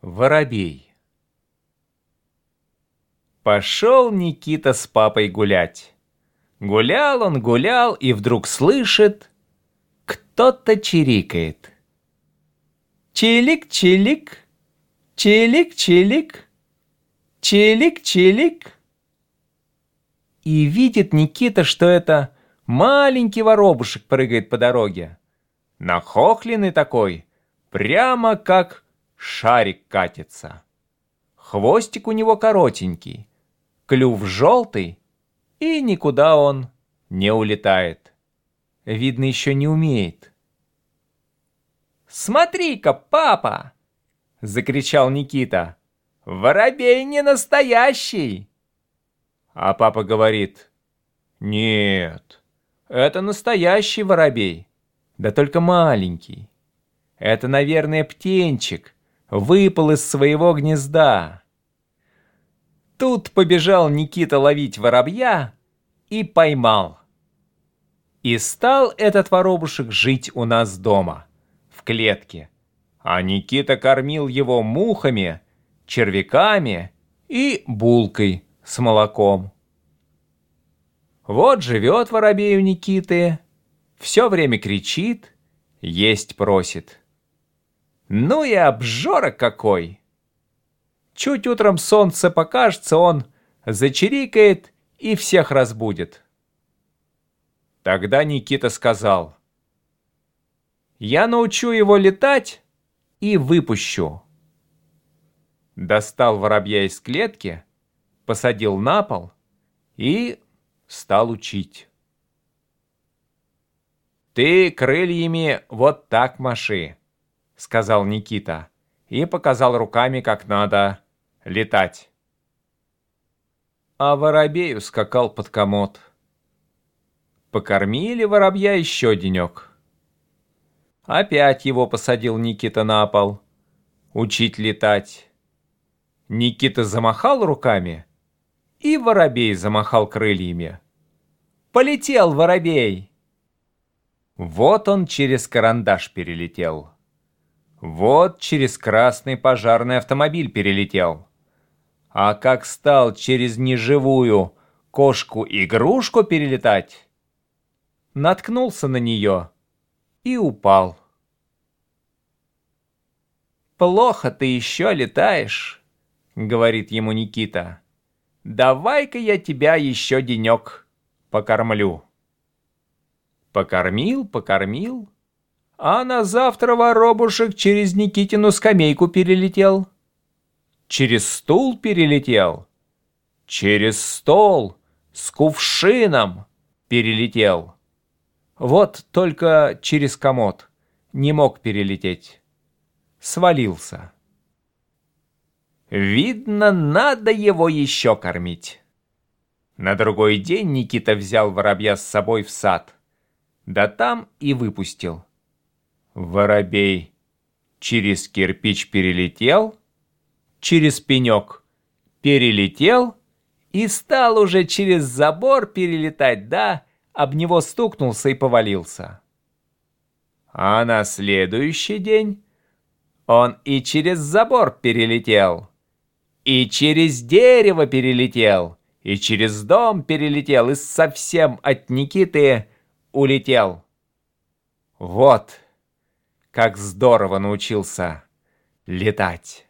Воробей. Пошел Никита с папой гулять. Гулял он, гулял, и вдруг слышит, кто-то чирикает. Чилик-чилик, чилик-чилик, чилик-чилик. И видит Никита, что это маленький воробушек прыгает по дороге. Нахохленный такой, прямо как шарик катится. Хвостик у него коротенький, клюв желтый, и никуда он не улетает. Видно, еще не умеет. «Смотри-ка, папа!» — закричал Никита. «Воробей не настоящий!» А папа говорит: «Нет, это настоящий воробей, да только маленький. Это, наверное, птенчик выпал из своего гнезда». Тут побежал Никита ловить воробья и поймал. И стал этот воробушек жить у нас дома, в клетке. А Никита кормил его мухами, червяками и булкой с молоком. Вот живет воробей у Никиты, все время кричит, есть просит. Ну и обжора какой! Чуть утром солнце покажется, он зачирикает и всех разбудит. Тогда Никита сказал: «Я научу его летать и выпущу». Достал воробья из клетки, посадил на пол и стал учить. «Ты крыльями вот так маши», — сказал Никита, и показал руками, как надо летать. А воробей ускакал под комод. Покормили воробья еще денек. Опять его посадил Никита на пол, учить летать. Никита замахал руками, и воробей замахал крыльями. Полетел воробей. Вот он через карандаш перелетел. Вот через красный пожарный автомобиль перелетел. А как стал через неживую кошку-игрушку перелетать, наткнулся на нее и упал. «Плохо ты еще летаешь», — говорит ему Никита. «Давай-ка я тебя еще денек покормлю». Покормил, а на завтра воробушек через Никитину скамейку перелетел. Через стул перелетел, через стол с кувшином перелетел. Вот только через комод не мог перелететь. Свалился. Видно, надо его еще кормить. На другой день Никита взял воробья с собой в сад, да там и выпустил. Воробей через кирпич перелетел, через пенек перелетел и стал уже через забор перелетать, да об него стукнулся и повалился. А на следующий день он и через забор перелетел, и через дерево перелетел, и через дом перелетел, и совсем от Никиты улетел. Вот как здорово научился летать.